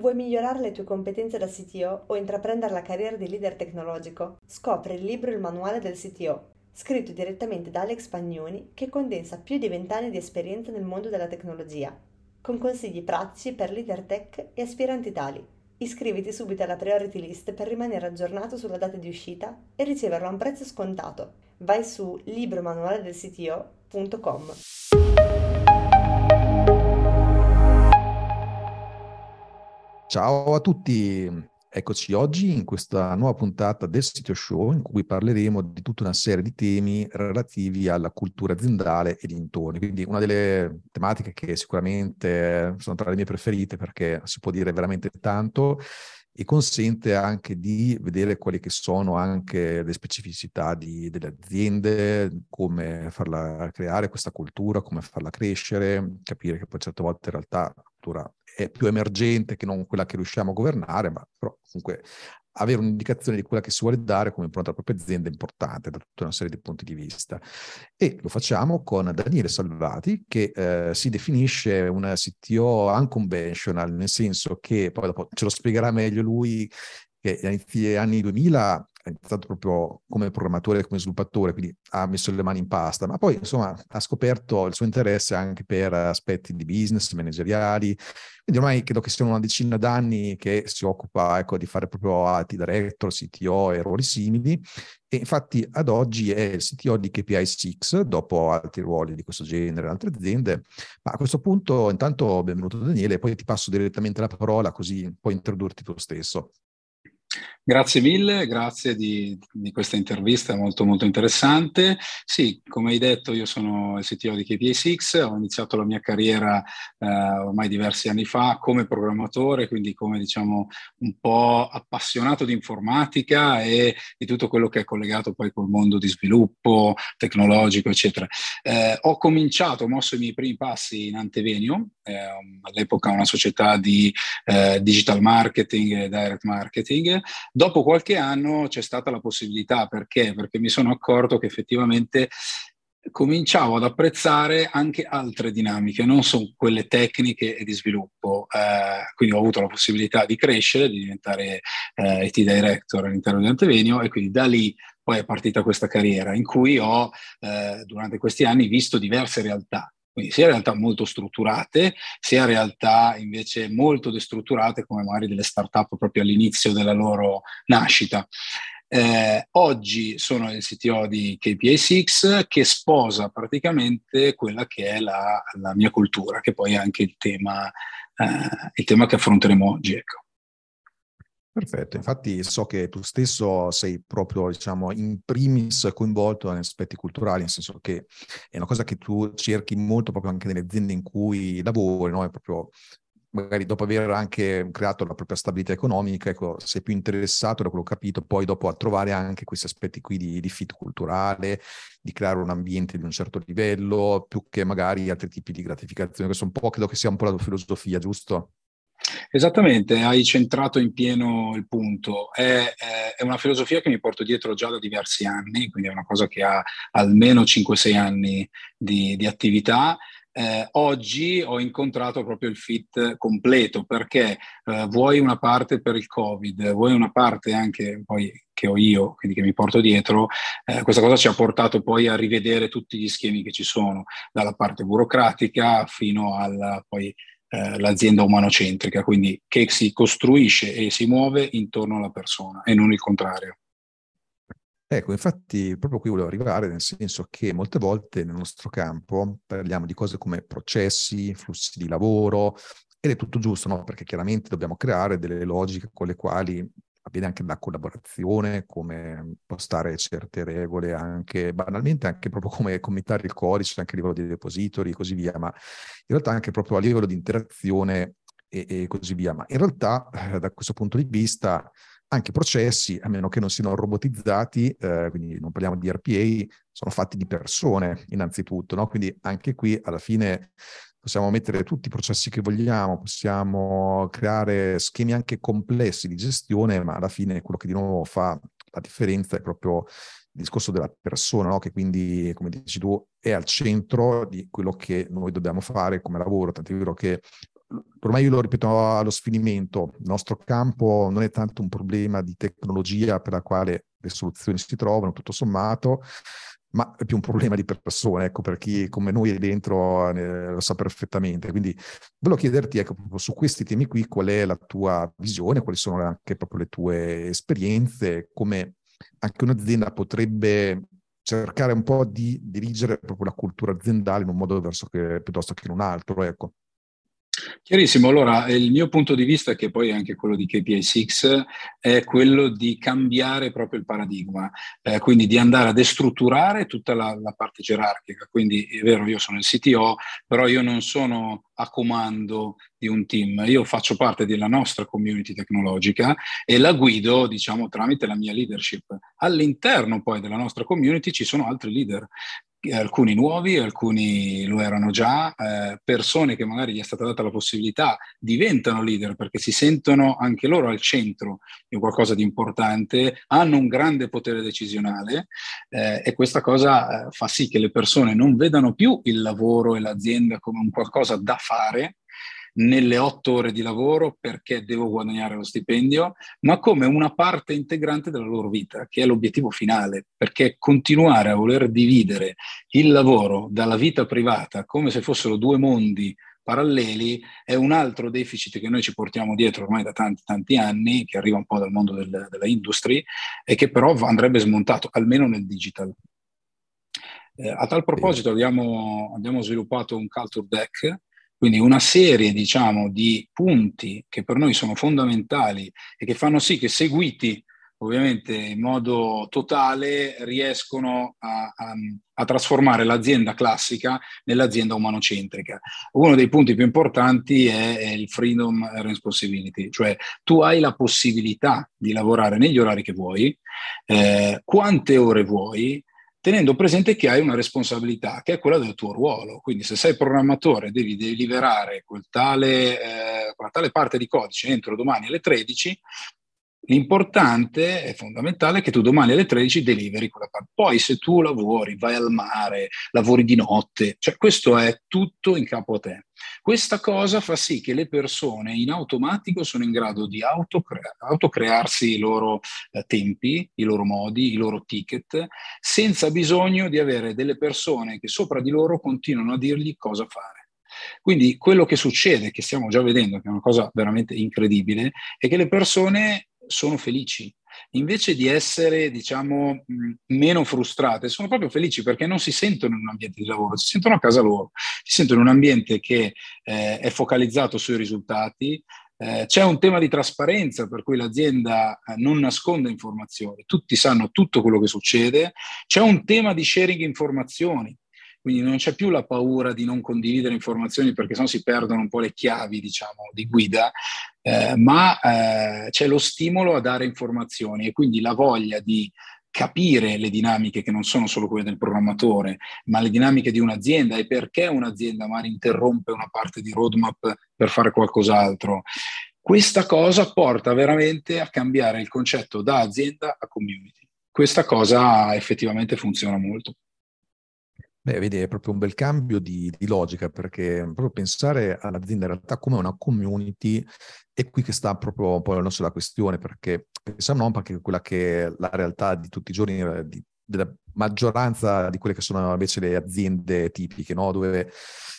Vuoi migliorare le tue competenze da CTO o intraprendere la carriera di leader tecnologico? Scopri il libro Il manuale del CTO, scritto direttamente da Alex Pagnoni, che condensa più di 20 anni di esperienza nel mondo della tecnologia, con consigli pratici per leader tech e aspiranti tali. Iscriviti subito alla priority list per rimanere aggiornato sulla data di uscita e riceverlo a un prezzo scontato. Vai su libromanualedelcto.com. Ciao a tutti, eccoci oggi in questa nuova puntata del Sito Show in cui parleremo di tutta una serie di temi relativi alla cultura aziendale e dintorni. Quindi una delle tematiche che sicuramente sono tra le mie preferite perché si può dire veramente tanto e consente anche di vedere quali che sono anche le specificità delle aziende, come farla creare questa cultura, come farla crescere, capire che poi certe volte in realtà la cultura è più emergente che non quella che riusciamo a governare, ma però comunque avere un'indicazione di quella che si vuole dare come impronta alla propria azienda è importante da tutta una serie di punti di vista. E lo facciamo con Daniele Salvati, che si definisce un CTO unconventional, nel senso che, poi dopo ce lo spiegherà meglio lui, che all'inizio degli anni 2000 ha iniziato proprio come programmatore e come sviluppatore, quindi ha messo le mani in pasta, ma poi insomma ha scoperto il suo interesse anche per aspetti di business, manageriali, quindi ormai credo che siano una decina d'anni che si occupa, ecco, di fare proprio IT director, CTO e ruoli simili, e infatti ad oggi è il CTO di KPI 6, dopo altri ruoli di questo genere in altre aziende. Ma a questo punto intanto benvenuto Daniele, poi ti passo direttamente la parola così puoi introdurti tu stesso. Grazie mille, grazie di questa intervista molto molto interessante. Sì, come hai detto, io sono il CTO di KPI 6, ho iniziato la mia carriera ormai diversi anni fa come programmatore, quindi come diciamo un po' appassionato di informatica e di tutto quello che è collegato poi col mondo di sviluppo tecnologico, eccetera. Ho mosso i miei primi passi in Antevenio, all'epoca una società di digital marketing e direct marketing. Dopo qualche anno c'è stata la possibilità, perché? Perché mi sono accorto che effettivamente cominciavo ad apprezzare anche altre dinamiche, non solo quelle tecniche e di sviluppo. Quindi ho avuto la possibilità di crescere, di diventare IT Director all'interno di Antevenio, e quindi da lì poi è partita questa carriera in cui ho durante questi anni visto diverse realtà. Quindi sia realtà molto strutturate, sia realtà invece molto destrutturate, come magari delle start-up proprio all'inizio della loro nascita. Oggi sono il CTO di KPI 6, che sposa praticamente quella che è la mia cultura, che poi è anche il tema che affronteremo oggi. Ecco. Perfetto, infatti so che tu stesso sei proprio, diciamo, in primis coinvolto negli aspetti culturali, nel senso che è una cosa che tu cerchi molto proprio anche nelle aziende in cui lavori, no? È proprio, magari dopo aver anche creato la propria stabilità economica, ecco, sei più interessato, da quello che ho capito, poi dopo a trovare anche questi aspetti qui di fit culturale, di creare un ambiente di un certo livello, più che magari altri tipi di gratificazione. Questo un po', credo che sia un po' la tua filosofia, giusto? Esattamente, hai centrato in pieno il punto. È una filosofia che mi porto dietro già da diversi anni, quindi è una cosa che ha almeno 5-6 anni di attività. Oggi ho incontrato proprio il fit completo, perché vuoi una parte per il Covid, vuoi una parte anche poi che ho io, quindi che mi porto dietro. Questa cosa ci ha portato poi a rivedere tutti gli schemi che ci sono, dalla parte burocratica fino alla poi l'azienda umanocentrica, quindi che si costruisce e si muove intorno alla persona e non il contrario. Ecco, infatti proprio qui volevo arrivare, nel senso che molte volte nel nostro campo parliamo di cose come processi, flussi di lavoro, ed è tutto giusto, no? Perché chiaramente dobbiamo creare delle logiche con le quali avviene anche la collaborazione, come impostare certe regole, anche banalmente, anche proprio come committare il codice, anche a livello di repository e così via, ma in realtà anche proprio a livello di interazione e così via. Ma in realtà, da questo punto di vista, anche i processi, a meno che non siano robotizzati, quindi non parliamo di RPA, sono fatti di persone innanzitutto, no? Quindi anche qui alla fine possiamo mettere tutti i processi che vogliamo, possiamo creare schemi anche complessi di gestione, ma alla fine quello che di nuovo fa la differenza è proprio il discorso della persona, no? Che quindi, come dici tu, è al centro di quello che noi dobbiamo fare come lavoro, tant'è vero che ormai io lo ripeto allo sfinimento, il nostro campo non è tanto un problema di tecnologia per la quale le soluzioni si trovano, tutto sommato, ma è più un problema di persone, ecco, per chi come noi è dentro lo sa perfettamente. Quindi volevo chiederti, ecco, proprio su questi temi qui, qual è la tua visione, quali sono anche proprio le tue esperienze, come anche un'azienda potrebbe cercare un po' di dirigere proprio la cultura aziendale in un modo diverso piuttosto che in un altro, ecco. Chiarissimo, allora il mio punto di vista, che poi è anche quello di KPI6, è quello di cambiare proprio il paradigma, quindi di andare a destrutturare tutta la parte gerarchica. Quindi è vero, io sono il CTO, però io non sono a comando di un team, io faccio parte della nostra community tecnologica e la guido, diciamo, tramite la mia leadership. All'interno poi della nostra community ci sono altri leader, alcuni nuovi, alcuni lo erano già, persone che magari gli è stata data la possibilità diventano leader perché si sentono anche loro al centro di qualcosa di importante, hanno un grande potere decisionale, e questa cosa fa sì che le persone non vedano più il lavoro e l'azienda come un qualcosa da fare nelle 8 ore di lavoro perché devo guadagnare lo stipendio, ma come una parte integrante della loro vita, che è l'obiettivo finale, perché continuare a voler dividere il lavoro dalla vita privata come se fossero due mondi paralleli è un altro deficit che noi ci portiamo dietro ormai da tanti anni, che arriva un po' dal mondo della industry e che però andrebbe smontato, almeno nel digital. A tal proposito abbiamo sviluppato un culture deck, quindi una serie, diciamo, di punti che per noi sono fondamentali e che fanno sì che, seguiti ovviamente in modo totale, riescono a trasformare l'azienda classica nell'azienda umanocentrica. Uno dei punti più importanti è il freedom and responsibility, cioè tu hai la possibilità di lavorare negli orari che vuoi, quante ore vuoi, tenendo presente che hai una responsabilità, che è quella del tuo ruolo. Quindi se sei programmatore devi deliberare quella tale parte di codice entro domani alle 13, l'importante è fondamentale che tu domani alle 13 deliveri quella parte. Poi se tu lavori, vai al mare, lavori di notte, cioè questo è tutto in capo a te. Questa cosa fa sì che le persone in automatico sono in grado di autocrearsi i loro tempi, i loro modi, i loro ticket, senza bisogno di avere delle persone che sopra di loro continuano a dirgli cosa fare. Quindi quello che succede, che stiamo già vedendo, che è una cosa veramente incredibile, è che le persone sono felici. Invece di essere, diciamo, meno frustrate, sono proprio felici perché non si sentono in un ambiente di lavoro, si sentono a casa loro, si sentono in un ambiente che è focalizzato sui risultati. C'è un tema di trasparenza per cui l'azienda non nasconde informazioni, tutti sanno tutto quello che succede. C'è un tema di sharing informazioni, quindi non c'è più la paura di non condividere informazioni perché sennò si perdono un po' le chiavi, diciamo, di guida, ma c'è lo stimolo a dare informazioni e quindi la voglia di capire le dinamiche che non sono solo quelle del programmatore, ma le dinamiche di un'azienda e perché un'azienda magari interrompe una parte di roadmap per fare qualcos'altro. Questa cosa porta veramente a cambiare il concetto da azienda a community. Questa cosa effettivamente funziona molto. Beh, vedi, è proprio un bel cambio di logica, perché proprio pensare all'azienda in realtà come una community è qui che sta proprio un po' la nostra questione, perché pensiamo non anche quella che è la realtà di tutti i giorni della maggioranza di quelle che sono invece le aziende tipiche, no? Dove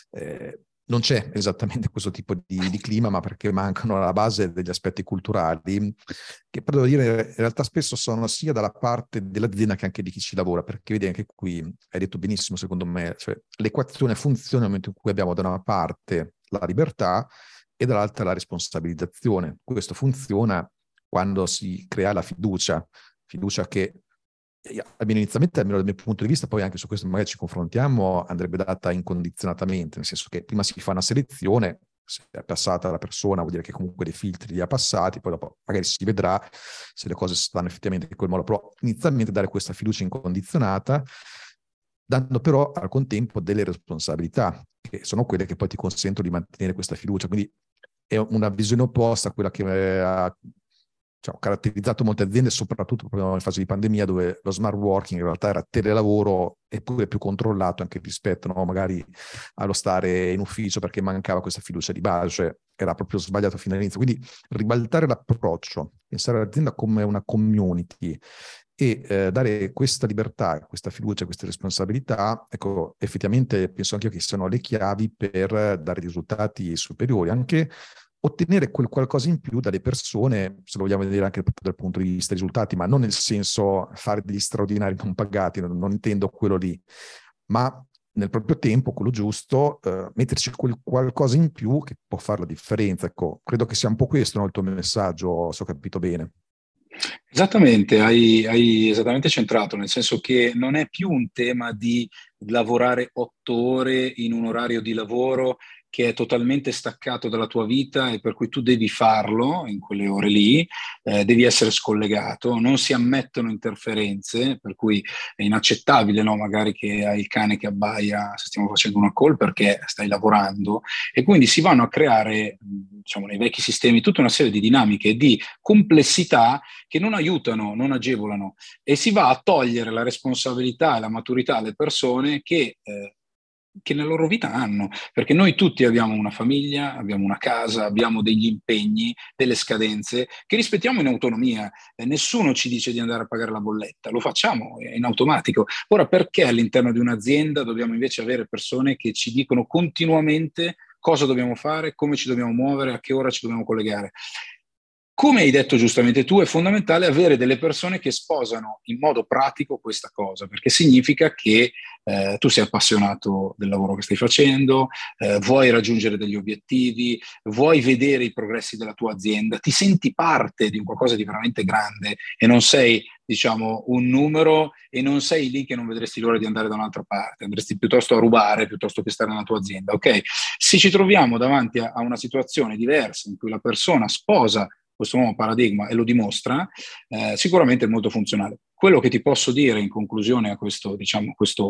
non c'è esattamente questo tipo di clima, ma perché mancano alla base degli aspetti culturali, che però devo dire in realtà spesso sono sia dalla parte dell'azienda che anche di chi ci lavora, perché vedi anche qui, hai detto benissimo secondo me, cioè l'equazione funziona nel momento in cui abbiamo da una parte la libertà e dall'altra la responsabilizzazione. Questo funziona quando si crea la fiducia che almeno inizialmente, almeno dal mio punto di vista, poi anche su questo magari ci confrontiamo, andrebbe data incondizionatamente, nel senso che prima si fa una selezione, se è passata la persona vuol dire che comunque dei filtri li ha passati, poi dopo magari si vedrà se le cose stanno effettivamente in quel modo, però inizialmente dare questa fiducia incondizionata, dando però al contempo delle responsabilità, che sono quelle che poi ti consentono di mantenere questa fiducia, quindi è una visione opposta a quella che diciamo, caratterizzato molte aziende, soprattutto proprio in fase di pandemia, dove lo smart working in realtà era telelavoro, eppure più controllato anche rispetto, no, magari allo stare in ufficio, perché mancava questa fiducia di base, cioè era proprio sbagliato fino all'inizio. Quindi ribaltare l'approccio, pensare all'azienda come una community e dare questa libertà, questa fiducia, queste responsabilità, ecco, effettivamente penso anche io che siano le chiavi per dare risultati superiori, anche ottenere quel qualcosa in più dalle persone, se lo vogliamo vedere anche dal punto di vista risultati, ma non nel senso fare degli straordinari non pagati, non intendo quello lì, ma nel proprio tempo, quello giusto, metterci quel qualcosa in più che può fare la differenza. Ecco, credo che sia un po' questo, no, il tuo messaggio, se ho capito bene. Esattamente, hai esattamente centrato, nel senso che non è più un tema di lavorare 8 ore in un orario di lavoro che è totalmente staccato dalla tua vita e per cui tu devi farlo in quelle ore lì, devi essere scollegato, non si ammettono interferenze, per cui è inaccettabile, no? Magari che hai il cane che abbaia se stiamo facendo una call perché stai lavorando, e quindi si vanno a creare, diciamo, nei vecchi sistemi tutta una serie di dinamiche di complessità che non aiutano, non agevolano, e si va a togliere la responsabilità e la maturità alle persone che nella loro vita hanno, perché noi tutti abbiamo una famiglia, abbiamo una casa, abbiamo degli impegni, delle scadenze che rispettiamo in autonomia. Nessuno ci dice di andare a pagare la bolletta, lo facciamo in automatico. Ora, perché all'interno di un'azienda dobbiamo invece avere persone che ci dicono continuamente cosa dobbiamo fare, come ci dobbiamo muovere, a che ora ci dobbiamo collegare? Come hai detto giustamente tu, è fondamentale avere delle persone che sposano in modo pratico questa cosa, perché significa che tu sei appassionato del lavoro che stai facendo, vuoi raggiungere degli obiettivi, vuoi vedere i progressi della tua azienda, ti senti parte di un qualcosa di veramente grande e non sei, diciamo, un numero, e non sei lì che non vedresti l'ora di andare da un'altra parte, andresti piuttosto a rubare piuttosto che stare nella tua azienda, ok? Se ci troviamo davanti a una situazione diversa in cui la persona sposa questo nuovo paradigma e lo dimostra, sicuramente è molto funzionale. Quello che ti posso dire in conclusione a questo, diciamo,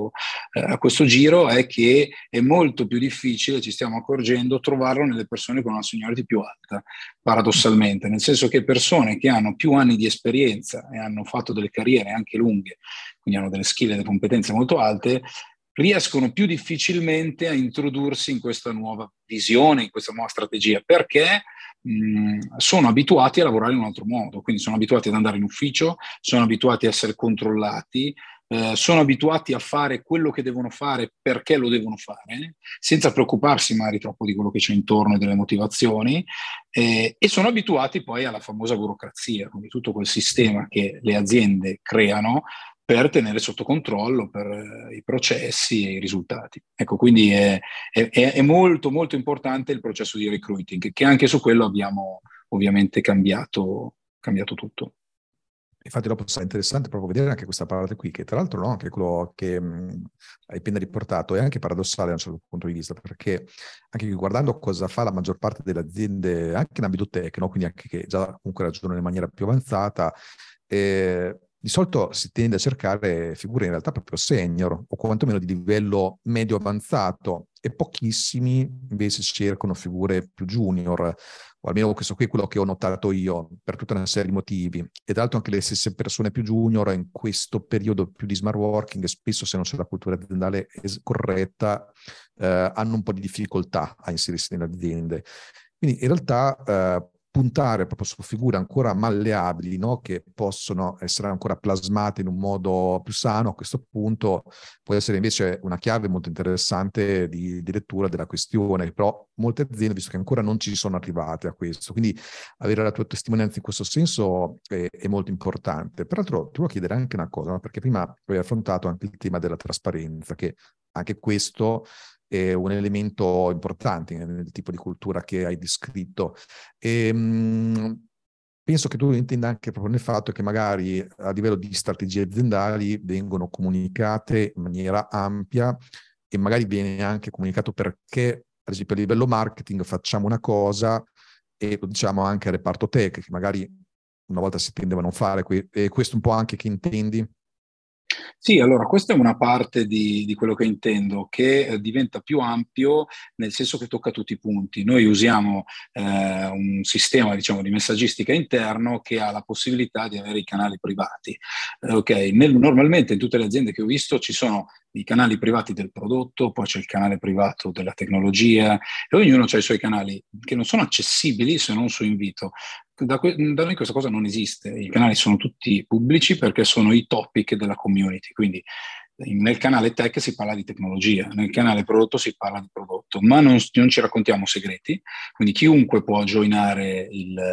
a questo giro è che è molto più difficile, ci stiamo accorgendo, trovarlo nelle persone con una seniority più alta, paradossalmente, nel senso che persone che hanno più anni di esperienza e hanno fatto delle carriere anche lunghe, quindi hanno delle skill e delle competenze molto alte, riescono più difficilmente a introdursi in questa nuova visione, in questa nuova strategia, perché sono abituati a lavorare in un altro modo, quindi sono abituati ad andare in ufficio, sono abituati a essere controllati, sono abituati a fare quello che devono fare perché lo devono fare, senza preoccuparsi magari troppo di quello che c'è intorno e delle motivazioni, e sono abituati poi alla famosa burocrazia, quindi tutto quel sistema che le aziende creano per tenere sotto controllo per i processi e i risultati. Ecco, quindi è molto molto importante il processo di recruiting, che anche su quello abbiamo ovviamente cambiato tutto. Infatti dopo sarà interessante proprio vedere anche questa parte qui, che tra l'altro, no, anche quello che hai appena riportato è anche paradossale da un certo punto di vista, perché anche guardando cosa fa la maggior parte delle aziende, anche in ambito tech, no, quindi anche che già comunque ragionano in maniera più avanzata, di solito si tende a cercare figure in realtà proprio senior o quantomeno di livello medio avanzato, e pochissimi invece cercano figure più junior, o almeno questo qui è quello che ho notato io per tutta una serie di motivi. E tra l'altro anche le stesse persone più junior in questo periodo più di smart working, spesso se non c'è la cultura aziendale corretta, hanno un po' di difficoltà a inserirsi nelle aziende. Quindi in realtà puntare proprio su figure ancora malleabili, no? Che possono essere ancora plasmate in un modo più sano, a questo punto può essere invece una chiave molto interessante di lettura della questione, però molte aziende, visto che ancora non ci sono arrivate a questo, quindi avere la tua testimonianza in questo senso è molto importante. Peraltro ti volevo chiedere anche una cosa, no? Perché prima hai affrontato anche il tema della trasparenza, che anche questo è un elemento importante nel tipo di cultura che hai descritto. Penso che tu intenda anche proprio nel fatto che magari a livello di strategie aziendali vengono comunicate in maniera ampia, e magari viene anche comunicato perché, ad esempio a livello marketing facciamo una cosa e lo diciamo anche al reparto tech, che magari una volta si tendeva a non fare, e questo un po' anche che intendi? Sì, allora questa è una parte di quello che intendo, che diventa più ampio nel senso che tocca tutti i punti. Noi usiamo un sistema, diciamo, di messaggistica interno che ha la possibilità di avere i canali privati. Ok, normalmente in tutte le aziende che ho visto ci sono i canali privati del prodotto, poi c'è il canale privato della tecnologia e ognuno ha i suoi canali che non sono accessibili se non su invito. Da noi questa cosa non esiste, i canali sono tutti pubblici perché sono i topic della community, quindi nel canale tech si parla di tecnologia, nel canale prodotto si parla di prodotto, ma non ci raccontiamo segreti, quindi chiunque può joinare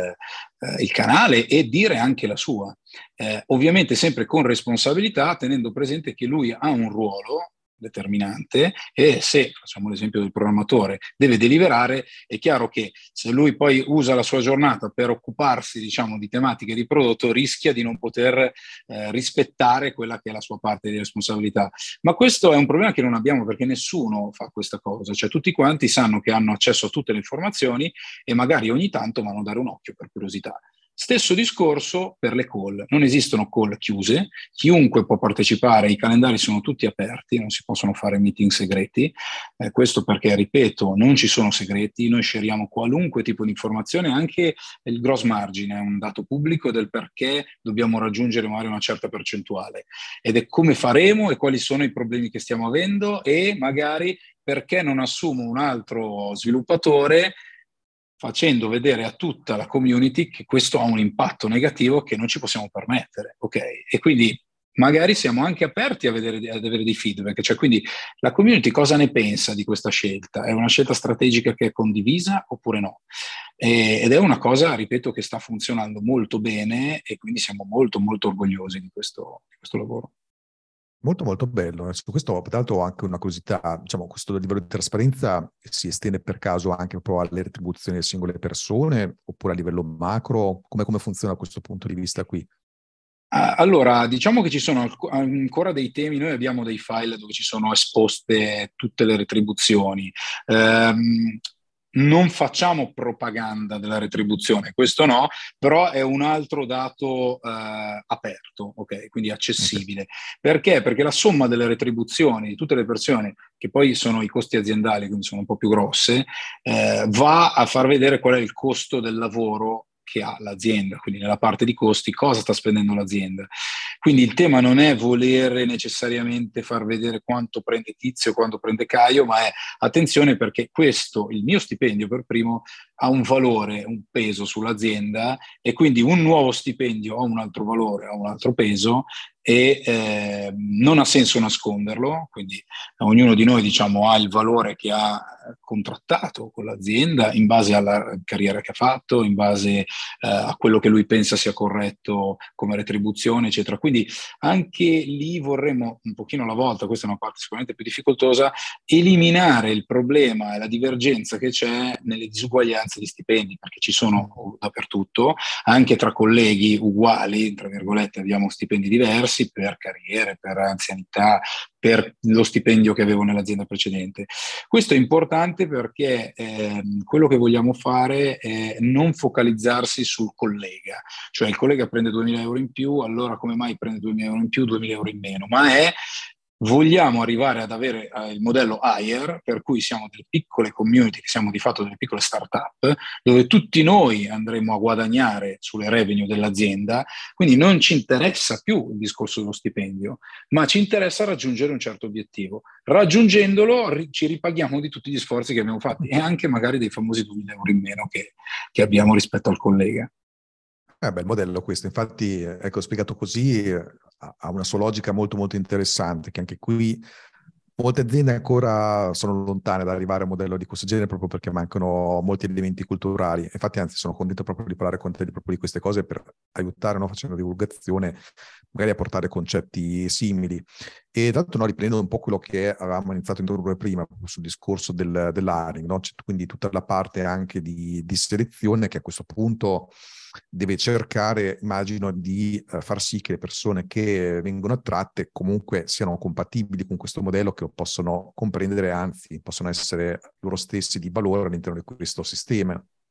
il canale e dire anche la sua. Ovviamente sempre con responsabilità, tenendo presente che lui ha un ruolo determinante e se, facciamo l'esempio del programmatore, deve deliberare, è chiaro che se lui poi usa la sua giornata per occuparsi, diciamo, di tematiche di prodotto, rischia di non poter rispettare quella che è la sua parte di responsabilità. Ma questo è un problema che non abbiamo perché nessuno fa questa cosa, cioè tutti quanti sanno che hanno accesso a tutte le informazioni e magari ogni tanto vanno a dare un occhio per curiosità. Stesso discorso per le call, non esistono call chiuse, chiunque può partecipare, i calendari sono tutti aperti, non si possono fare meeting segreti, questo perché, ripeto, non ci sono segreti, noi scegliamo qualunque tipo di informazione, anche il gross margine è un dato pubblico del perché dobbiamo raggiungere magari una certa percentuale ed è come faremo e quali sono i problemi che stiamo avendo e magari perché non assumo un altro sviluppatore facendo vedere a tutta la community che questo ha un impatto negativo che non ci possiamo permettere, ok? E quindi magari siamo anche aperti ad avere dei feedback, cioè quindi la community cosa ne pensa di questa scelta? È una scelta strategica che è condivisa oppure no? Ed è una cosa, ripeto, che sta funzionando molto bene e quindi siamo molto molto orgogliosi di questo lavoro. Molto molto bello. Su questo, peraltro, ho anche una curiosità. Diciamo, questo livello di trasparenza si estende per caso anche un po' alle retribuzioni delle singole persone, oppure a livello macro? Come funziona da questo punto di vista qui? Allora, diciamo che ci sono ancora dei temi, noi abbiamo dei file dove ci sono esposte tutte le retribuzioni. Non facciamo propaganda della retribuzione, questo no, però è un altro dato aperto, ok? Quindi Okay. accessibile. Perché? Perché la somma delle retribuzioni di tutte le persone, che poi sono i costi aziendali, quindi sono un po' più grosse, va a far vedere qual è il costo del lavoro che ha l'azienda, quindi nella parte di costi cosa sta spendendo l'azienda. Quindi il tema non è volere necessariamente far vedere quanto prende Tizio, quanto prende Caio, ma è attenzione perché questo, il mio stipendio per primo, ha un valore, un peso sull'azienda e quindi un nuovo stipendio ha un altro valore, ha un altro peso e non ha senso nasconderlo, quindi ognuno di noi diciamo ha il valore che ha contrattato con l'azienda in base alla carriera che ha fatto, in base a quello che lui pensa sia corretto come retribuzione, eccetera. Quindi anche lì vorremmo un pochino alla volta, questa è una parte sicuramente più difficoltosa, eliminare il problema e la divergenza che c'è nelle disuguaglianze di stipendi, perché ci sono dappertutto, anche tra colleghi uguali, tra virgolette, abbiamo stipendi diversi per carriere, per anzianità, per lo stipendio che avevo nell'azienda precedente. Questo è importante perché quello che vogliamo fare è non focalizzarsi sul collega, cioè il collega prende 2.000 euro in più, allora come mai prende 2.000 euro in più, 2.000 euro in meno, ma è vogliamo arrivare ad avere il modello hire, per cui siamo delle piccole community, che siamo di fatto delle piccole start-up, dove tutti noi andremo a guadagnare sulle revenue dell'azienda, quindi non ci interessa più il discorso dello stipendio, ma ci interessa raggiungere un certo obiettivo. Raggiungendolo ci ripaghiamo di tutti gli sforzi che abbiamo fatti e anche magari dei famosi 2.000 euro in meno che abbiamo rispetto al collega. Beh, il modello questo, infatti, ecco, spiegato così, ha una sua logica molto molto interessante, che anche qui molte aziende ancora sono lontane da arrivare a un modello di questo genere proprio perché mancano molti elementi culturali. Infatti, anzi, sono contento proprio di parlare con te proprio di queste cose per aiutare, no, facendo divulgazione, magari a portare concetti simili. E tra l'altro, no, riprendendo un po' quello che avevamo iniziato a introdurre prima, proprio sul discorso dell'hiring, no? C'è quindi tutta la parte anche di selezione che a questo punto deve cercare, immagino, di far sì che le persone che vengono attratte comunque siano compatibili con questo modello, che lo possono comprendere, anzi, possono essere loro stessi di valore all'interno di questo sistema.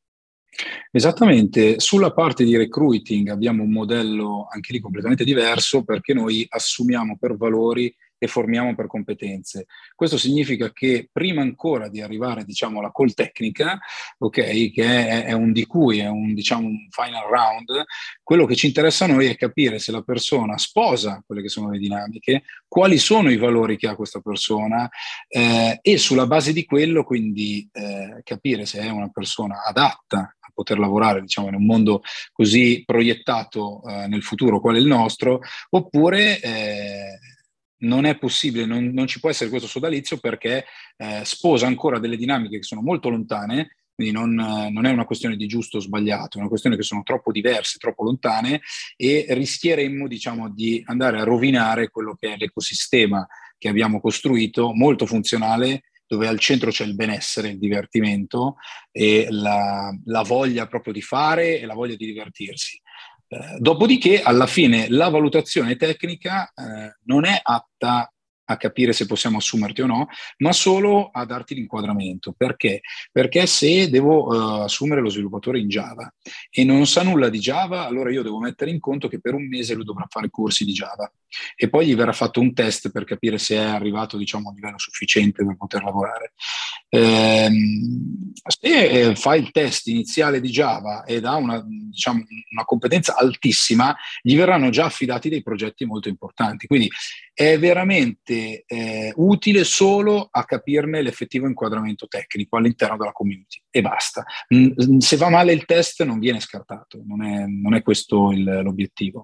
Esattamente, sulla parte di recruiting abbiamo un modello anche lì completamente diverso, perché noi assumiamo per valori e formiamo per competenze. Questo significa che prima ancora di arrivare, diciamo, alla call tecnica, ok, che è un di cui è un, diciamo, un final round, quello che ci interessa a noi è capire se la persona sposa quelle che sono le dinamiche, quali sono i valori che ha questa persona, e sulla base di quello quindi capire se è una persona adatta a poter lavorare, diciamo, in un mondo così proiettato nel futuro qual è il nostro, oppure non è possibile, non ci può essere questo sodalizio, perché sposa ancora delle dinamiche che sono molto lontane. Quindi non è una questione di giusto o sbagliato, è una questione che sono troppo diverse, troppo lontane, e rischieremmo, diciamo, di andare a rovinare quello che è l'ecosistema che abbiamo costruito, molto funzionale, dove al centro c'è il benessere, il divertimento e la voglia proprio di fare e la voglia di divertirsi. Dopodiché, alla fine, la valutazione tecnica non è atta a capire se possiamo assumerti o no, ma solo a darti l'inquadramento. Perché? Perché se devo assumere lo sviluppatore in Java e non sa nulla di Java, allora io devo mettere in conto che per un mese lui dovrà fare corsi di Java e poi gli verrà fatto un test per capire se è arrivato, diciamo, a un livello sufficiente per poter lavorare. Se fa il test iniziale di Java ed ha una, diciamo, una competenza altissima, gli verranno già affidati dei progetti molto importanti. Quindi è veramente utile solo a capirne l'effettivo inquadramento tecnico all'interno della community e basta. Se va male il test non viene scartato, non è questo l'obiettivo.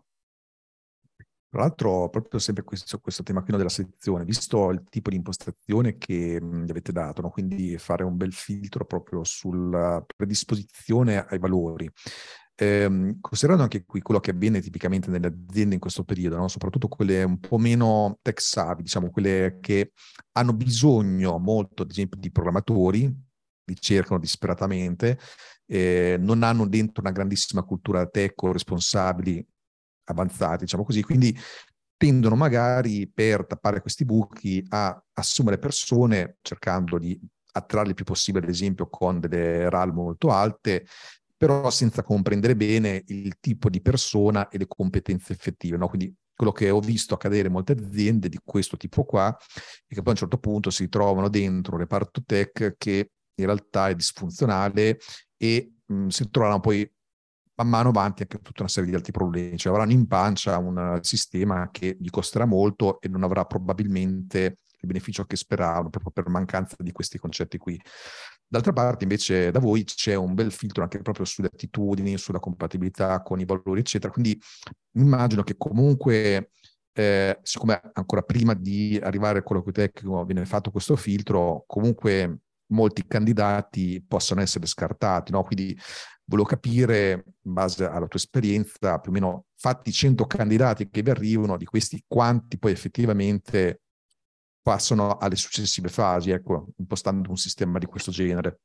Tra l'altro, proprio sempre questo tema qui, no, della selezione, visto il tipo di impostazione che gli avete dato, no? Quindi fare un bel filtro proprio sulla predisposizione ai valori. Considerando anche qui quello che avviene tipicamente nelle aziende in questo periodo, no? Soprattutto quelle un po' meno tech savvy, diciamo quelle che hanno bisogno molto, ad esempio, di programmatori, li cercano disperatamente, non hanno dentro una grandissima cultura tech o responsabili avanzati, diciamo così, quindi tendono magari, per tappare questi buchi, a assumere persone cercando di attrarli il più possibile, ad esempio con delle RAL molto alte, però senza comprendere bene il tipo di persona e le competenze effettive, no? Quindi quello che ho visto accadere in molte aziende di questo tipo qua è che poi a un certo punto si trovano dentro un reparto tech che in realtà è disfunzionale e si trovano poi man mano avanti anche tutta una serie di altri problemi, cioè avranno in pancia un sistema che gli costerà molto e non avrà probabilmente il beneficio che speravano proprio per mancanza di questi concetti qui. D'altra parte invece da voi c'è un bel filtro anche proprio sulle attitudini, sulla compatibilità con i valori eccetera, quindi immagino che comunque siccome ancora prima di arrivare al colloquio tecnico viene fatto questo filtro, comunque molti candidati possano essere scartati, no? Quindi volevo capire, in base alla tua esperienza, più o meno fatti 100 candidati che vi arrivano, di questi quanti poi effettivamente passano alle successive fasi, ecco, impostando un sistema di questo genere.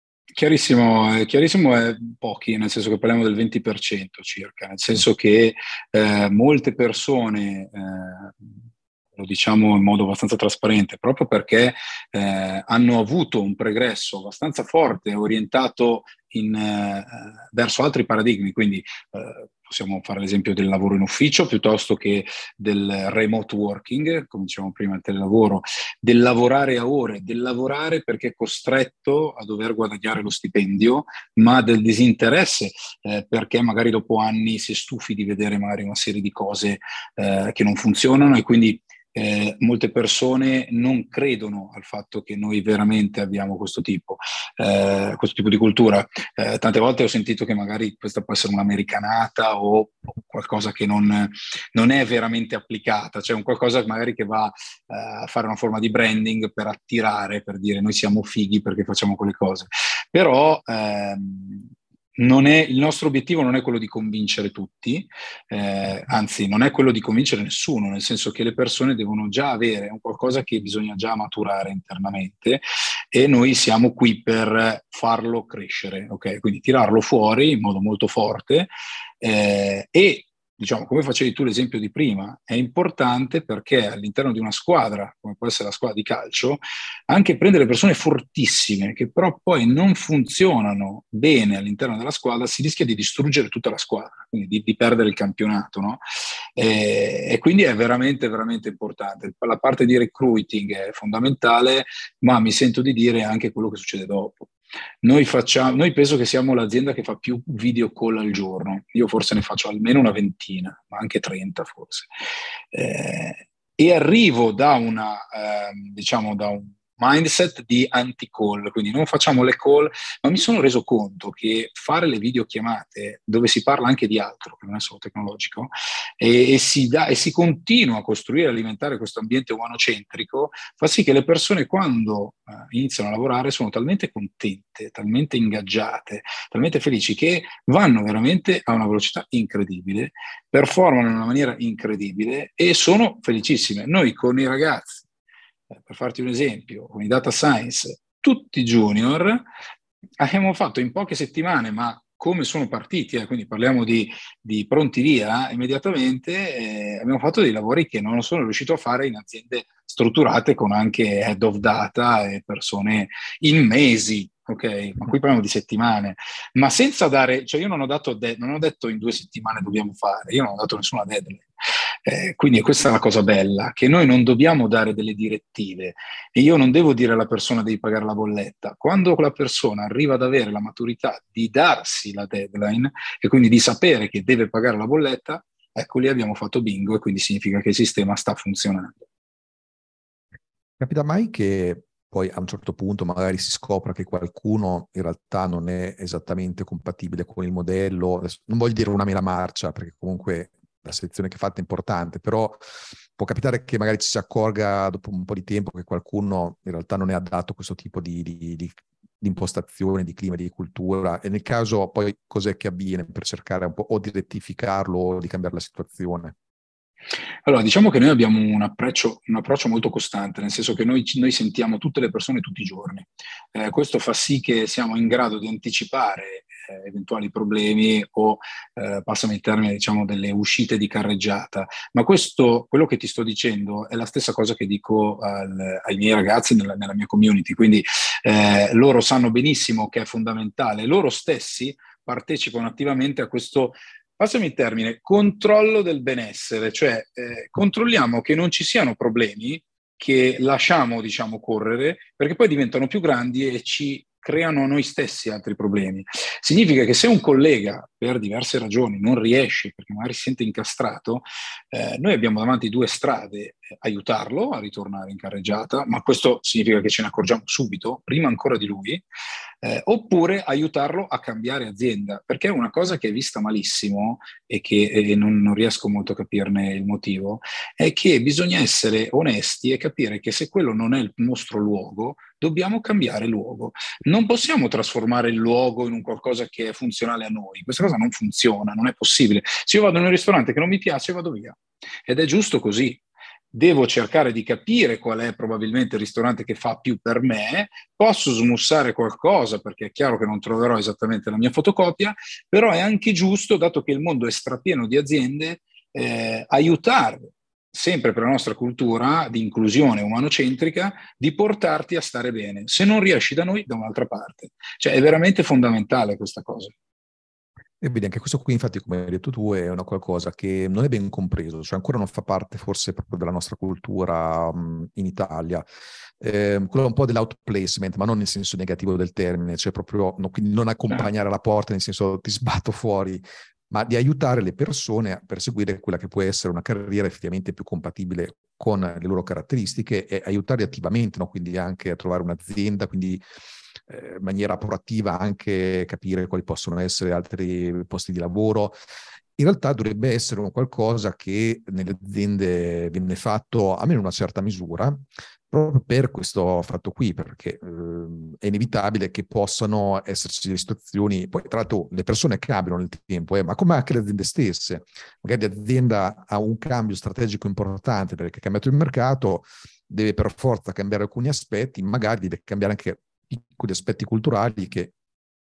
Chiarissimo è pochi, nel senso che parliamo del 20% circa, nel senso che molte persone, lo diciamo in modo abbastanza trasparente, proprio perché hanno avuto un pregresso abbastanza forte, orientato verso altri paradigmi, quindi possiamo fare l'esempio del lavoro in ufficio piuttosto che del remote working, come dicevamo prima, il telelavoro, del lavorare a ore, del lavorare perché è costretto a dover guadagnare lo stipendio, ma del disinteresse perché magari dopo anni si è stufi di vedere magari una serie di cose che non funzionano e quindi molte persone non credono al fatto che noi veramente abbiamo questo tipo di cultura. Tante volte ho sentito che magari questa può essere un'americanata o qualcosa che non è veramente applicata, cioè un qualcosa magari che va a fare una forma di branding per attirare, per dire noi siamo fighi perché facciamo quelle cose. Però il nostro obiettivo non è quello di convincere tutti, anzi non è quello di convincere nessuno, nel senso che le persone devono già avere un qualcosa che bisogna già maturare internamente e noi siamo qui per farlo crescere, ok? Quindi tirarlo fuori in modo molto forte e diciamo, come facevi tu l'esempio di prima, è importante perché all'interno di una squadra, come può essere la squadra di calcio, anche prendere persone fortissime che però poi non funzionano bene all'interno della squadra, si rischia di distruggere tutta la squadra, quindi di perdere il campionato, no? E quindi è veramente, veramente importante. La parte di recruiting è fondamentale, ma mi sento di dire anche quello che succede dopo. Noi penso che siamo l'azienda che fa più video call al giorno. Io forse ne faccio almeno una ventina, ma anche 30 forse. E arrivo diciamo, da un mindset di anti-call, quindi non facciamo le call, ma mi sono reso conto che fare le videochiamate dove si parla anche di altro, che non è solo tecnologico, e si continua a costruire e alimentare questo ambiente umanocentrico, fa sì che le persone quando iniziano a lavorare sono talmente contente, talmente ingaggiate, talmente felici che vanno veramente a una velocità incredibile, performano in una maniera incredibile e sono felicissime. Noi con i ragazzi, per farti un esempio, con i data science, tutti junior, abbiamo fatto in poche settimane, ma come sono partiti, quindi parliamo di pronti via, immediatamente abbiamo fatto dei lavori che non sono riuscito a fare in aziende strutturate con anche head of data e persone in mesi, ok? Ma qui parliamo di settimane, ma senza dare, cioè io non ho detto in 2 settimane dobbiamo fare, io non ho dato nessuna deadline. Quindi questa è la cosa bella, che noi non dobbiamo dare delle direttive e io non devo dire alla persona devi pagare la bolletta. Quando quella persona arriva ad avere la maturità di darsi la deadline e quindi di sapere che deve pagare la bolletta, ecco lì abbiamo fatto bingo e quindi significa che il sistema sta funzionando. Capita mai che poi a un certo punto magari si scopra che qualcuno in realtà non è esattamente compatibile con il modello? Adesso non voglio dire una mela marcia, perché comunque la selezione che fate è importante, però può capitare che magari ci si accorga dopo un po' di tempo che qualcuno in realtà non è adatto a questo tipo di impostazione, di clima, di cultura, e nel caso poi cos'è che avviene per cercare un po' o di rettificarlo o di cambiare la situazione? Allora, diciamo che noi abbiamo un approccio molto costante, nel senso che noi sentiamo tutte le persone tutti i giorni. Questo fa sì che siamo in grado di anticipare eventuali problemi o, passami il termine, diciamo, delle uscite di carreggiata. Ma quello che ti sto dicendo è la stessa cosa che dico ai miei ragazzi nella mia community, quindi loro sanno benissimo che è fondamentale, loro stessi partecipano attivamente a questo, passami il termine, controllo del benessere, cioè controlliamo che non ci siano problemi che lasciamo, diciamo, correre, perché poi diventano più grandi e ci creano noi stessi altri problemi. Significa che se un collega, per diverse ragioni, non riesce, perché magari si sente incastrato, noi abbiamo davanti 2 strade: aiutarlo a ritornare in carreggiata, ma questo significa che ce ne accorgiamo subito, prima ancora di lui, oppure aiutarlo a cambiare azienda, perché è una cosa che è vista malissimo e che non riesco molto a capirne il motivo, è che bisogna essere onesti e capire che se quello non è il nostro luogo, dobbiamo cambiare luogo. Non possiamo trasformare il luogo in un qualcosa che è funzionale a noi. Questa cosa non funziona, non è possibile. Se io vado in un ristorante che non mi piace, vado via. Ed è giusto così. Devo cercare di capire qual è probabilmente il ristorante che fa più per me, posso smussare qualcosa perché è chiaro che non troverò esattamente la mia fotocopia, però è anche giusto, dato che il mondo è strapieno di aziende, aiutare sempre per la nostra cultura di inclusione umanocentrica, di portarti a stare bene. Se non riesci da noi, da un'altra parte. Cioè è veramente fondamentale questa cosa. E vedi, anche questo qui, infatti, come hai detto tu, è una qualcosa che non è ben compreso, cioè ancora non fa parte forse proprio della nostra cultura in Italia. Quello un po' dell'outplacement, ma non nel senso negativo del termine, cioè proprio quindi non accompagnare alla porta nel senso ti sbatto fuori, ma di aiutare le persone a perseguire quella che può essere una carriera effettivamente più compatibile con le loro caratteristiche e aiutarli attivamente, no? Quindi anche a trovare un'azienda, quindi in maniera proattiva anche capire quali possono essere altri posti di lavoro. In realtà dovrebbe essere un qualcosa che nelle aziende viene fatto almeno in una certa misura, proprio per questo fatto qui, perché è inevitabile che possano esserci delle situazioni, poi tra l'altro le persone cambiano nel tempo, ma come anche le aziende stesse. Magari l'azienda ha un cambio strategico importante perché è cambiato il mercato, deve per forza cambiare alcuni aspetti, magari deve cambiare anche piccoli aspetti culturali che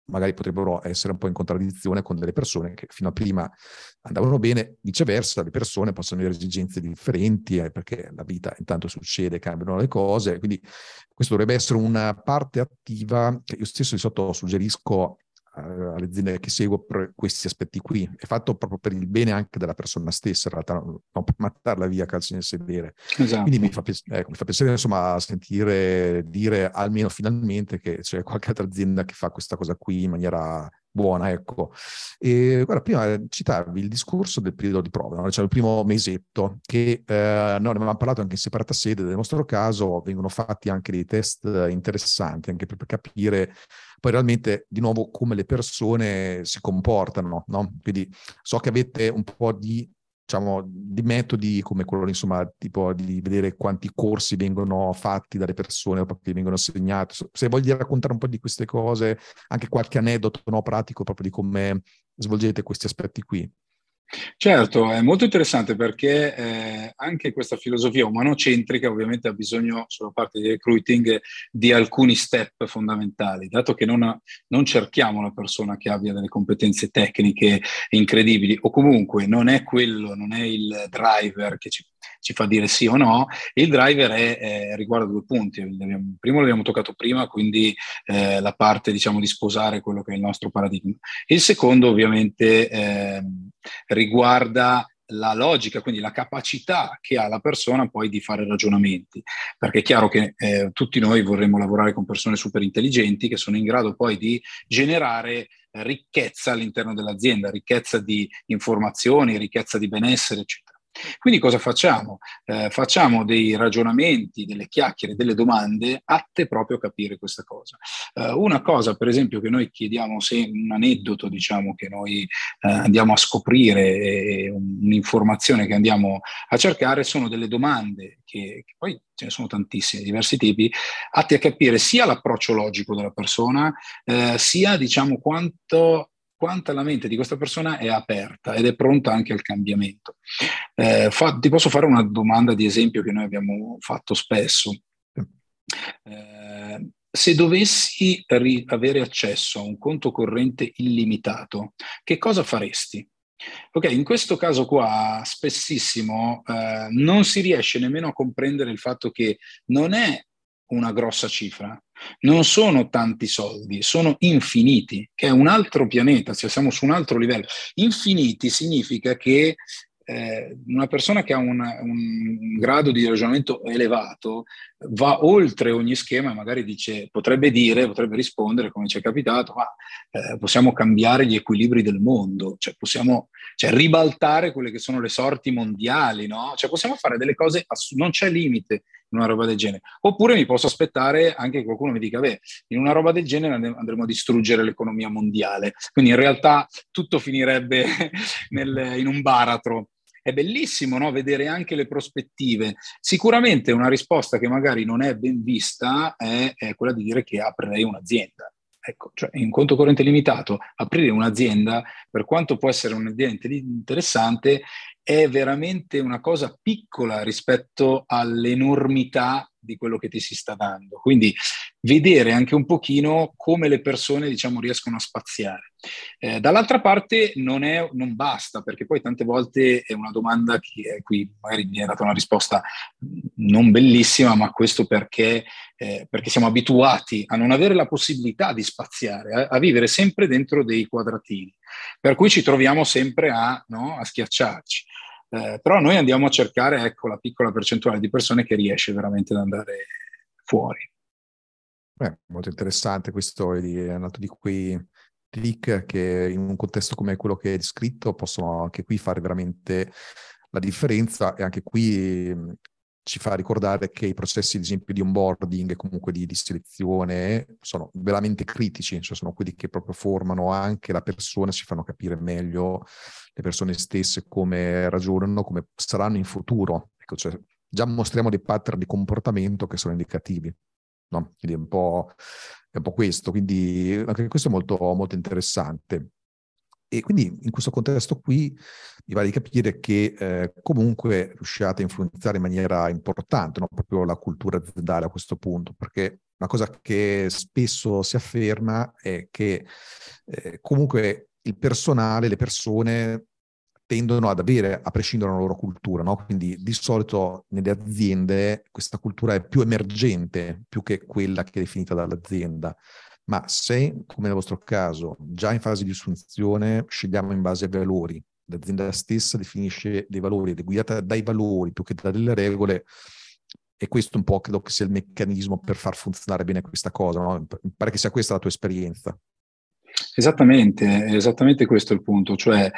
magari potrebbero essere un po' in contraddizione con delle persone che fino a prima andavano bene, viceversa le persone possono avere esigenze differenti, perché la vita intanto succede, cambiano le cose, quindi questo dovrebbe essere una parte attiva che io stesso di solito suggerisco alle aziende che seguo per questi aspetti qui. È fatto proprio per il bene anche della persona stessa, in realtà, non per mattarla via a calci nel sedere. Esatto. Quindi mi fa piacere insomma sentire dire almeno finalmente che c'è qualche altra azienda che fa questa cosa qui in maniera buona, ecco. E guarda, prima citavi il discorso del periodo di prova, no? Cioè il primo mesetto, che noi ne avevamo parlato anche in separata sede. Nel nostro caso vengono fatti anche dei test interessanti, anche per capire poi realmente di nuovo come le persone si comportano, no? Quindi so che avete un po' di, diciamo, di metodi come quello, insomma, tipo di vedere quanti corsi vengono fatti dalle persone, che vengono assegnati. Se voglio raccontare un po' di queste cose, anche qualche aneddoto, no, pratico proprio di come svolgete questi aspetti qui. Certo, è molto interessante perché anche questa filosofia umanocentrica ovviamente ha bisogno, sulla parte di recruiting, di alcuni step fondamentali, dato che non cerchiamo una persona che abbia delle competenze tecniche incredibili, o comunque non è il driver che ci fa dire sì o no. Il driver riguarda due punti. Primo l'abbiamo toccato prima, quindi la parte, diciamo, di sposare quello che è il nostro paradigma. Il secondo ovviamente riguarda la logica, quindi la capacità che ha la persona poi di fare ragionamenti, perché è chiaro che tutti noi vorremmo lavorare con persone super intelligenti che sono in grado poi di generare ricchezza all'interno dell'azienda, ricchezza di informazioni, ricchezza di benessere, eccetera. Quindi cosa facciamo? Facciamo dei ragionamenti, delle chiacchiere, delle domande atte proprio a capire questa cosa. Una cosa, per esempio, che noi chiediamo, un aneddoto, diciamo, che noi andiamo a scoprire, un'informazione che andiamo a cercare, sono delle domande che poi ce ne sono tantissime, diversi tipi, atti a capire sia l'approccio logico della persona, sia, diciamo, quanta la mente di questa persona è aperta ed è pronta anche al cambiamento. Ti posso fare una domanda di esempio che noi abbiamo fatto spesso. Se dovessi avere accesso a un conto corrente illimitato, che cosa faresti? Ok, in questo caso qua spessissimo non si riesce nemmeno a comprendere il fatto che non è una grossa cifra, non sono tanti soldi, sono infiniti, che è un altro pianeta, cioè siamo su un altro livello. Infiniti significa che una persona che ha un grado di ragionamento elevato va oltre ogni schema e magari potrebbe rispondere, come ci è capitato, ma possiamo cambiare gli equilibri del mondo, cioè possiamo ribaltare quelle che sono le sorti mondiali, no? Cioè possiamo fare delle cose, non c'è limite in una roba del genere. Oppure mi posso aspettare anche che qualcuno mi dica, beh, in una roba del genere andremo a distruggere l'economia mondiale. Quindi in realtà tutto finirebbe in un baratro. È bellissimo, no? Vedere anche le prospettive. Sicuramente una risposta che magari non è ben vista è quella di dire che aprirei un'azienda. Ecco, cioè in conto corrente limitato, aprire un'azienda, per quanto può essere un'azienda interessante, è veramente una cosa piccola rispetto all'enormità di quello che ti si sta dando. Quindi vedere anche un pochino come le persone, diciamo, riescono a spaziare. Dall'altra parte non basta, perché poi tante volte è una domanda che qui magari mi è data una risposta non bellissima, ma questo perché siamo abituati a non avere la possibilità di spaziare, a vivere sempre dentro dei quadratini, per cui ci troviamo sempre a schiacciarci. Però noi andiamo a cercare, ecco, la piccola percentuale di persone che riesce veramente ad andare fuori. Molto interessante, questo è un altro di quei trick che in un contesto come quello che hai descritto possono anche qui fare veramente la differenza, e anche qui ci fa ricordare che i processi, ad esempio, di onboarding e comunque di selezione sono veramente critici, cioè sono quelli che proprio formano anche la persona, ci fanno capire meglio le persone stesse come ragionano, come saranno in futuro. Ecco, cioè, già mostriamo dei pattern di comportamento che sono indicativi. No? Quindi è un po' questo, quindi anche questo è molto, molto interessante. E quindi in questo contesto qui mi va di capire che comunque riusciate a influenzare in maniera importante, no? Proprio la cultura aziendale a questo punto, perché una cosa che spesso si afferma è che comunque il personale, le persone tendono ad avere, a prescindere dalla loro cultura, no? Quindi di solito nelle aziende questa cultura è più emergente, più che quella che è definita dall'azienda. Ma se, come nel vostro caso, già in fase di assunzione scegliamo in base ai valori, l'azienda stessa definisce dei valori ed è guidata dai valori più che dalle regole, e questo un po' credo che sia il meccanismo per far funzionare bene questa cosa, no? Mi pare che sia questa la tua esperienza. Esattamente questo è il punto, cioè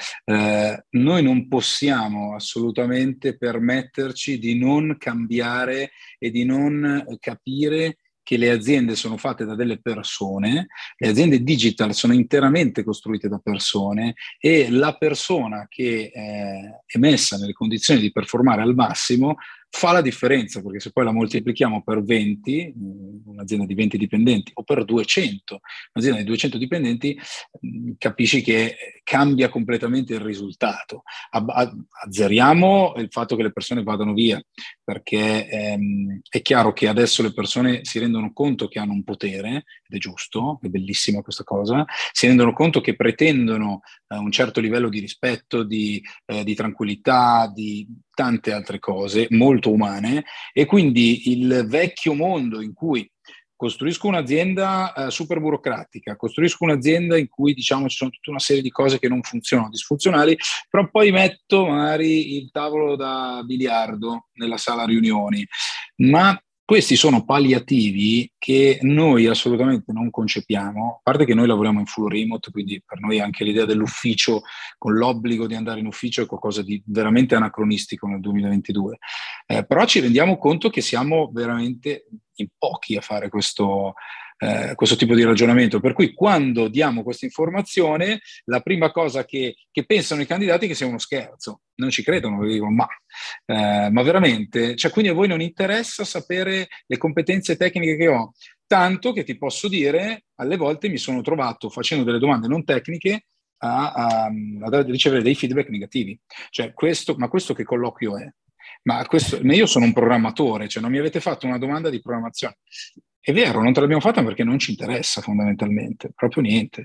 noi non possiamo assolutamente permetterci di non cambiare e di non capire che le aziende sono fatte da delle persone, le aziende digital sono interamente costruite da persone e la persona che è messa nelle condizioni di performare al massimo fa la differenza, perché se poi la moltiplichiamo per 20, un'azienda di 20 dipendenti, o per 200, un'azienda di 200 dipendenti, capisci che cambia completamente il risultato. Azzeriamo il fatto che le persone vadano via, perché è chiaro che adesso le persone si rendono conto che hanno un potere, ed è giusto, è bellissima questa cosa, si rendono conto che pretendono un certo livello di rispetto, di tranquillità, di tante altre cose molto umane, e quindi il vecchio mondo in cui costruisco un'azienda super burocratica, costruisco un'azienda in cui diciamo ci sono tutta una serie di cose che non funzionano, disfunzionali, però poi metto magari il tavolo da biliardo nella sala riunioni, ma questi sono palliativi che noi assolutamente non concepiamo, a parte che noi lavoriamo in full remote, quindi per noi anche l'idea dell'ufficio con l'obbligo di andare in ufficio è qualcosa di veramente anacronistico nel 2022, però ci rendiamo conto che siamo veramente in pochi a fare questo tipo di ragionamento, per cui quando diamo questa informazione la prima cosa che pensano i candidati è che sia uno scherzo, non ci credono, dicono ma veramente? Cioè, quindi a voi non interessa sapere le competenze tecniche che ho, tanto che ti posso dire, alle volte mi sono trovato facendo delle domande non tecniche a ricevere dei feedback negativi, cioè questo che colloquio è? Ma io sono un programmatore, cioè non mi avete fatto una domanda di programmazione. È vero, non te l'abbiamo fatta perché non ci interessa fondamentalmente, proprio niente.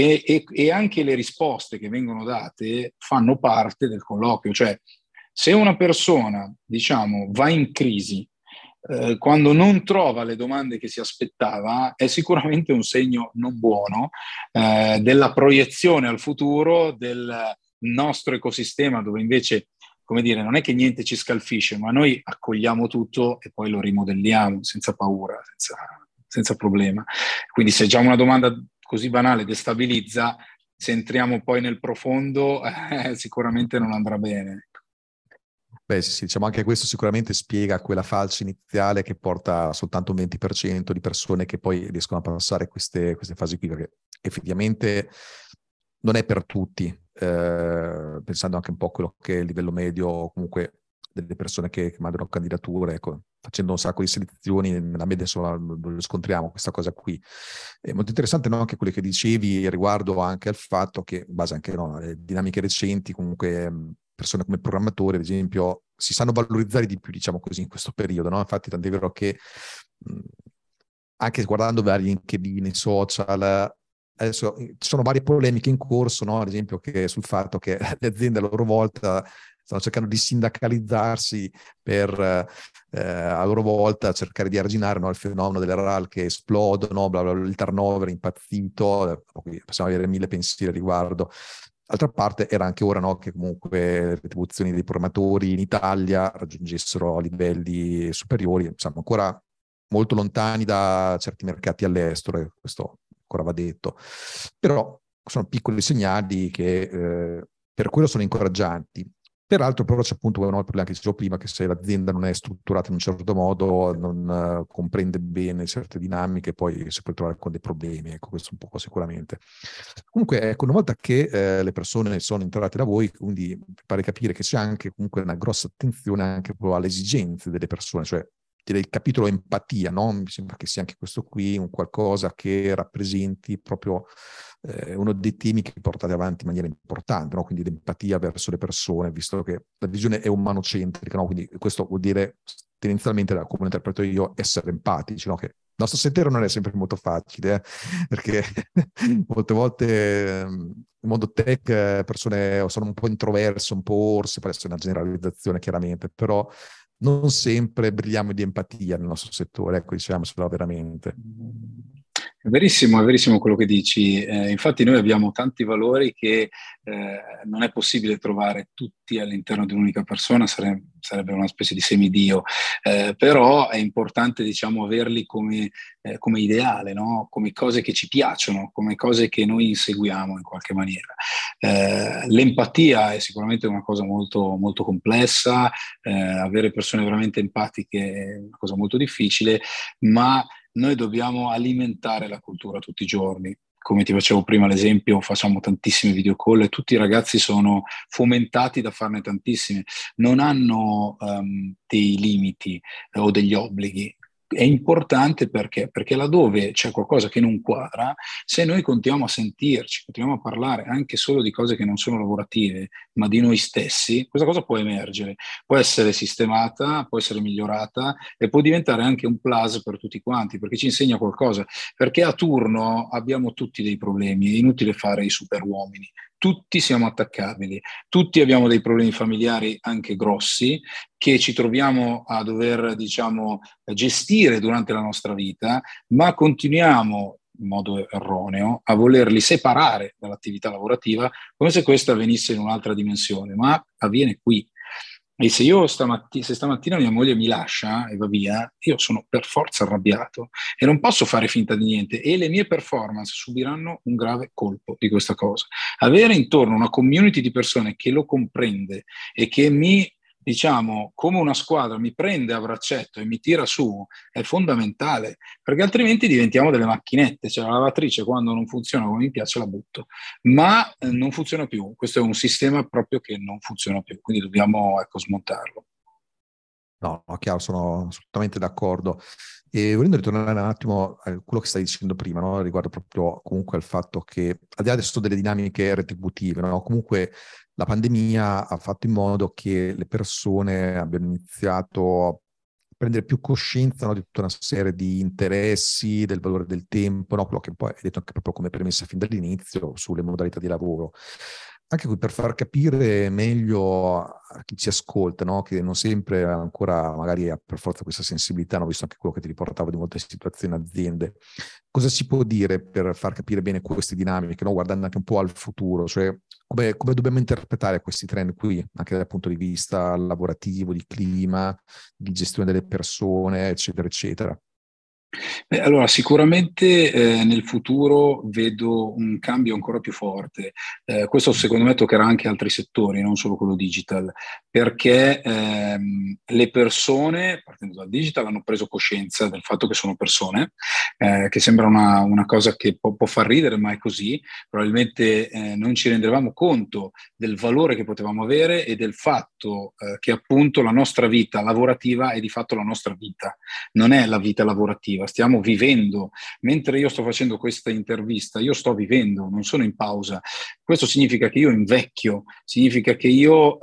E anche le risposte che vengono date fanno parte del colloquio, cioè se una persona, diciamo, va in crisi quando non trova le domande che si aspettava, è sicuramente un segno non buono della proiezione al futuro del nostro ecosistema, dove invece, come dire, non è che niente ci scalfisce, ma noi accogliamo tutto e poi lo rimodelliamo senza paura, senza problema. Quindi se già una domanda così banale destabilizza, se entriamo poi nel profondo, sicuramente non andrà bene. Beh, sì, diciamo anche questo sicuramente spiega quella falsa iniziale che porta soltanto un 20% di persone che poi riescono a passare queste fasi qui, perché effettivamente non è per tutti, pensando anche un po' a quello che è il livello medio, comunque delle persone che mandano candidature, ecco, facendo un sacco di selezioni, nella media insomma lo scontriamo questa cosa qui. È molto interessante, no, anche quello che dicevi riguardo anche al fatto che, in base anche alle dinamiche recenti, comunque persone come programmatori, ad esempio, si sanno valorizzare di più, diciamo così, in questo periodo, no? Infatti, tant'è vero che anche guardando vari LinkedIn, i social, adesso ci sono varie polemiche in corso, no? Ad esempio sul fatto che le aziende a loro volta stanno cercando di sindacalizzarsi per a loro volta cercare di arginare, no, il fenomeno delle RAL che esplodono, bla bla bla, il turnover impazzito, possiamo avere mille pensieri a riguardo. D'altra parte era anche ora, no, che comunque le retribuzioni dei programmatori in Italia raggiungessero livelli superiori, insomma ancora molto lontani da certi mercati all'estero, e questo ancora va detto. Però sono piccoli segnali che per quello sono incoraggianti. Peraltro però c'è appunto il problema che dicevo prima, che se l'azienda non è strutturata in un certo modo, non comprende bene certe dinamiche, poi si può trovare con dei problemi, ecco, questo un po' sicuramente. Comunque, ecco, una volta che le persone sono entrate da voi, quindi pare capire che c'è anche comunque una grossa attenzione anche alle esigenze delle persone, cioè direi il capitolo empatia, no? Mi sembra che sia anche questo qui un qualcosa che rappresenti proprio uno dei temi che portate avanti in maniera importante, no? Quindi l'empatia verso le persone, visto che la visione è umanocentrica, no? Quindi questo vuol dire tendenzialmente, come lo interpreto io, essere empatici, no? Che il nostro sentiero non è sempre molto facile, perché molte volte nel mondo tech persone sono un po' introverse, un po' orse, può essere una generalizzazione chiaramente, però non sempre brilliamo di empatia nel nostro settore, ecco, diciamocelo veramente. È verissimo quello che dici. Infatti noi abbiamo tanti valori che non è possibile trovare tutti all'interno di un'unica persona, sarebbe una specie di semidio, però è importante, diciamo, averli come ideale, no? Come cose che ci piacciono, come cose che noi inseguiamo in qualche maniera. L'empatia è sicuramente una cosa molto, molto complessa, avere persone veramente empatiche è una cosa molto difficile, ma noi dobbiamo alimentare la cultura tutti i giorni. Come ti facevo prima l'esempio, facciamo tantissime video call e tutti i ragazzi sono fomentati da farne tantissime. Non hanno dei limiti o degli obblighi. È importante perché laddove c'è qualcosa che non quadra, se noi continuiamo a sentirci, continuiamo a parlare anche solo di cose che non sono lavorative, ma di noi stessi, questa cosa può emergere, può essere sistemata, può essere migliorata e può diventare anche un plus per tutti quanti, perché ci insegna qualcosa. Perché a turno abbiamo tutti dei problemi, è inutile fare i superuomini. Tutti siamo attaccabili, tutti abbiamo dei problemi familiari anche grossi che ci troviamo a dover, diciamo, gestire durante la nostra vita, ma continuiamo in modo erroneo a volerli separare dall'attività lavorativa come se questa avvenisse in un'altra dimensione, ma avviene qui. E se io se stamattina mia moglie mi lascia e va via, io sono per forza arrabbiato e non posso fare finta di niente e le mie performance subiranno un grave colpo di questa cosa. Avere intorno una community di persone che lo comprende e che mi, diciamo, come una squadra mi prende a braccetto e mi tira su è fondamentale, perché altrimenti diventiamo delle macchinette, cioè la lavatrice quando non funziona come mi piace la butto, ma non funziona più, questo è un sistema proprio che non funziona più, quindi dobbiamo, ecco, smontarlo. No, no, chiaro, sono assolutamente d'accordo. E volendo ritornare un attimo a quello che stai dicendo prima, no? Riguardo proprio comunque al fatto che, al di là adesso delle dinamiche retributive, no? Comunque la pandemia ha fatto in modo che le persone abbiano iniziato a prendere più coscienza, no, di tutta una serie di interessi, del valore del tempo, no? Quello che poi hai detto anche proprio come premessa fin dall'inizio sulle modalità di lavoro. Anche qui per far capire meglio a chi ci ascolta, no? Che non sempre ancora magari ha per forza questa sensibilità, no? Visto anche quello che ti riportavo di molte situazioni in aziende. Cosa si può dire per far capire bene queste dinamiche, no? Guardando anche un po' al futuro, cioè come dobbiamo interpretare questi trend qui, anche dal punto di vista lavorativo, di clima, di gestione delle persone, eccetera, eccetera. Beh, allora, sicuramente nel futuro vedo un cambio ancora più forte. Questo secondo me toccherà anche altri settori, non solo quello digital, perché le persone, partendo dal digital, hanno preso coscienza del fatto che sono persone, che sembra una cosa che può far ridere, ma è così. Probabilmente non ci rendevamo conto del valore che potevamo avere e del fatto che appunto la nostra vita lavorativa è di fatto la nostra vita, non è la vita lavorativa, stiamo vivendo. Mentre io sto facendo questa intervista, io sto vivendo, non sono in pausa. Questo significa che io invecchio, significa che io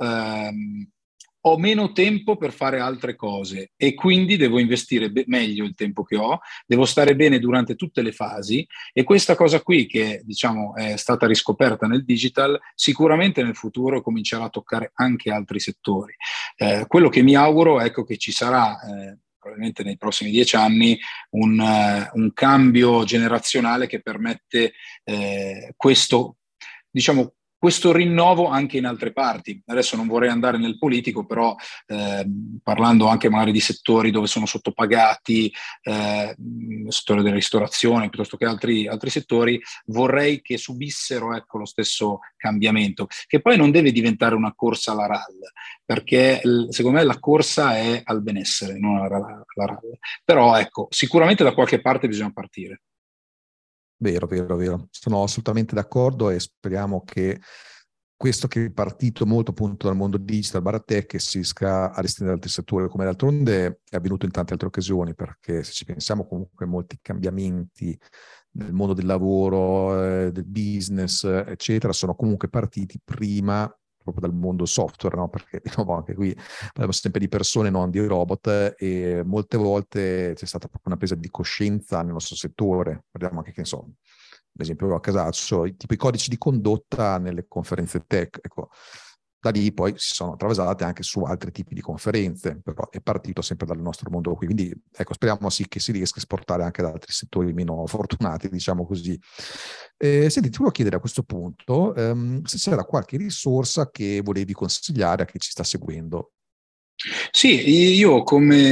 ho meno tempo per fare altre cose e quindi devo investire meglio il tempo che ho, devo stare bene durante tutte le fasi e questa cosa qui che diciamo è stata riscoperta nel digital sicuramente nel futuro comincerà a toccare anche altri settori. Quello che mi auguro è ecco, che ci sarà probabilmente nei prossimi 10 anni un cambio generazionale che permette questo, diciamo, questo rinnovo anche in altre parti. Adesso non vorrei andare nel politico, però parlando anche magari di settori dove sono sottopagati, il settore della ristorazione piuttosto che altri settori, vorrei che subissero ecco, lo stesso cambiamento, che poi non deve diventare una corsa alla RAL, perché secondo me la corsa è al benessere, non alla RAL. Però ecco, sicuramente da qualche parte bisogna partire. Vero, vero, vero. Sono assolutamente d'accordo e speriamo che questo che è partito molto appunto dal mondo digital, baratech, che si riesca a estendere ad altri settori, come d'altronde è avvenuto in tante altre occasioni, perché se ci pensiamo comunque molti cambiamenti nel mondo del lavoro, del business, eccetera, sono comunque partiti prima proprio dal mondo software, no? Perché di nuovo anche qui parliamo sempre di persone, non di robot, e molte volte c'è stata proprio una presa di coscienza nel nostro settore. Parliamo anche, che ne so, ad esempio a casaccio, tipo i codici di condotta nelle conferenze tech, ecco. Da lì poi si sono attraversate anche su altri tipi di conferenze, però è partito sempre dal nostro mondo qui. Quindi ecco, speriamo sì che si riesca a esportare anche ad altri settori meno fortunati, diciamo così. Senti, ti volevo chiedere a questo punto se c'era qualche risorsa che volevi consigliare a chi ci sta seguendo. Sì, io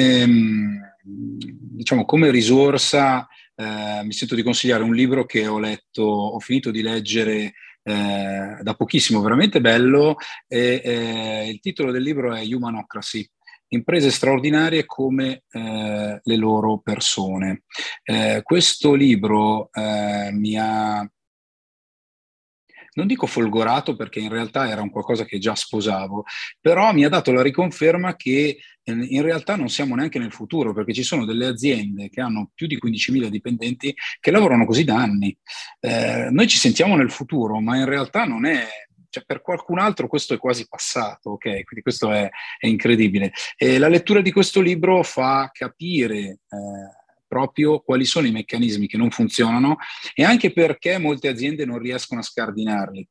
diciamo, come risorsa mi sento di consigliare un libro che ho finito di leggere da pochissimo, veramente bello, il titolo del libro è Humanocracy. Imprese straordinarie come le loro persone. Questo libro mi ha, non dico folgorato perché in realtà era un qualcosa che già sposavo, però mi ha dato la riconferma che in realtà non siamo neanche nel futuro, perché ci sono delle aziende che hanno più di 15.000 dipendenti che lavorano così da anni. Noi ci sentiamo nel futuro, ma in realtà non è, cioè per qualcun altro questo è quasi passato, ok? Quindi questo è incredibile. E la lettura di questo libro fa capire proprio quali sono i meccanismi che non funzionano e anche perché molte aziende non riescono a scardinarli,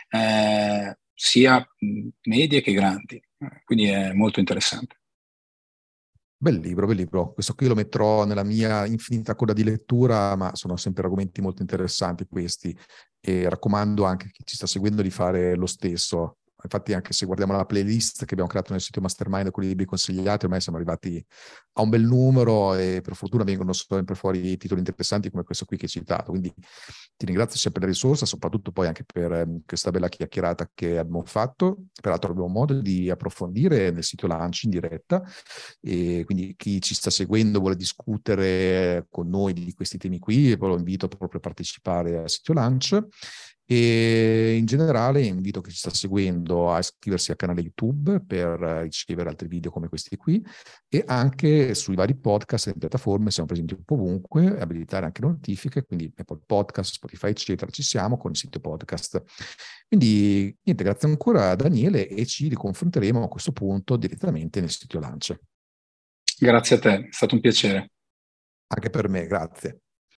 sia medie che grandi. Quindi è molto interessante. Bel libro, bel libro. Questo qui lo metterò nella mia infinita coda di lettura, ma sono sempre argomenti molto interessanti questi e raccomando anche a chi ci sta seguendo di fare lo stesso. Infatti anche se guardiamo la playlist che abbiamo creato nel sito Mastermind con i libri consigliati, ormai siamo arrivati a un bel numero e per fortuna vengono sempre fuori titoli interessanti come questo qui che hai citato. Quindi ti ringrazio sempre della risorsa, soprattutto poi anche per questa bella chiacchierata che abbiamo fatto. Peraltro abbiamo modo di approfondire nel sito Lunch in diretta e quindi chi ci sta seguendo vuole discutere con noi di questi temi qui, poi lo invito proprio a partecipare al sito Lunch. E in generale invito chi ci sta seguendo a iscriversi al canale YouTube per ricevere altri video come questi qui e anche sui vari podcast e piattaforme, siamo presenti un po' ovunque, abilitare anche notifiche, quindi Apple Podcast, Spotify eccetera, ci siamo con il sito podcast. Quindi niente, grazie ancora a Daniele e ci riconfronteremo a questo punto direttamente nel sito Lunch. Grazie a te, è stato un piacere. Anche per me, grazie.